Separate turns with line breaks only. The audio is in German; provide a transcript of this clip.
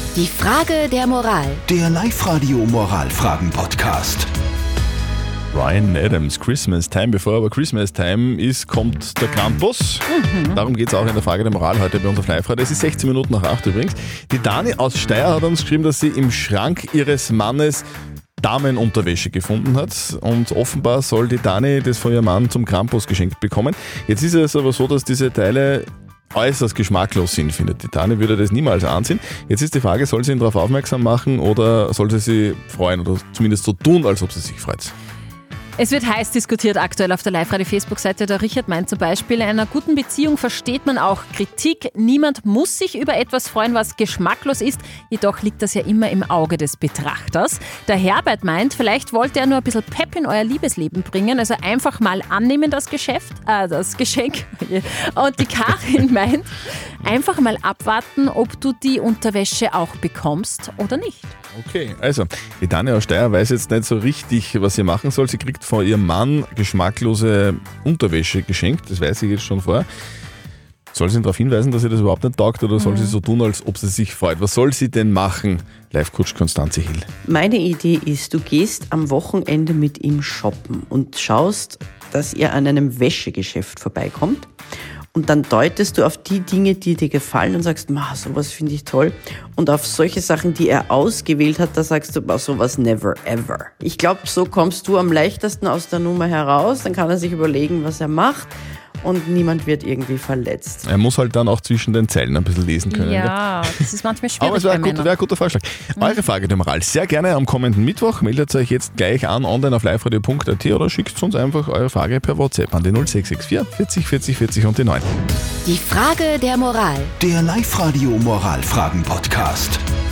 Die Frage der Moral.
Der Live-Radio-Moralfragen-Podcast.
Bryan Adams, Christmas Time. Bevor aber Christmas Time ist, kommt der Krampus. Darum geht es auch in der Frage der Moral heute bei uns auf Live-Radio. Es ist 16 Minuten nach 8 übrigens. Die Dani aus Steyr hat uns geschrieben, dass sie im Schrank ihres Mannes Damenunterwäsche gefunden hat. Und offenbar soll die Dani das von ihrem Mann zum Krampus geschenkt bekommen. Jetzt ist es aber so, dass diese Teile äußerst geschmacklos sind, findet die Dani, würde das niemals anziehen. Jetzt ist die Frage, soll sie ihn darauf aufmerksam machen oder soll sie sich freuen oder zumindest so tun, als ob sie sich freut?
Es wird heiß diskutiert aktuell auf der Live-Radio-Facebook-Seite. Der Richard meint zum Beispiel, in einer guten Beziehung versteht man auch Kritik. Niemand muss sich über etwas freuen, was geschmacklos ist. Jedoch liegt das ja immer im Auge des Betrachters. Der Herbert meint, vielleicht wollte er nur ein bisschen Pep in euer Liebesleben bringen. Also einfach mal annehmen das Geschenk. Und die Karin meint, einfach mal abwarten, ob du die Unterwäsche auch bekommst oder nicht.
Okay, also die Dani aus Steyr weiß jetzt nicht so richtig, was sie machen soll. Sie kriegt von ihrem Mann geschmacklose Unterwäsche geschenkt, das weiß ich jetzt schon vorher. Soll sie ihn darauf hinweisen, dass sie das überhaupt nicht taugt oder soll sie so tun, als ob sie sich freut? Was soll sie denn machen? Live-Coach Konstanze Hill.
Meine Idee ist, du gehst am Wochenende mit ihm shoppen und schaust, dass ihr an einem Wäschegeschäft vorbeikommt. Und dann deutest du auf die Dinge, die dir gefallen und sagst, sowas finde ich toll. Und auf solche Sachen, die er ausgewählt hat, da sagst du, sowas never ever. Ich glaube, so kommst du am leichtesten aus der Nummer heraus. Dann kann er sich überlegen, was er macht. Und niemand wird irgendwie verletzt.
Er muss halt dann auch zwischen den Zeilen ein bisschen lesen können.
Ja, das ist manchmal schwierig.
Aber es wäre ein guter Vorschlag. Eure Frage der Moral sehr gerne am kommenden Mittwoch. Meldet euch jetzt gleich an, online auf liveradio.at oder schickt uns einfach eure Frage per WhatsApp an die 0664 40 40 40 und die 9.
Die Frage der Moral.
Der Live-Radio-Moralfragen-Podcast.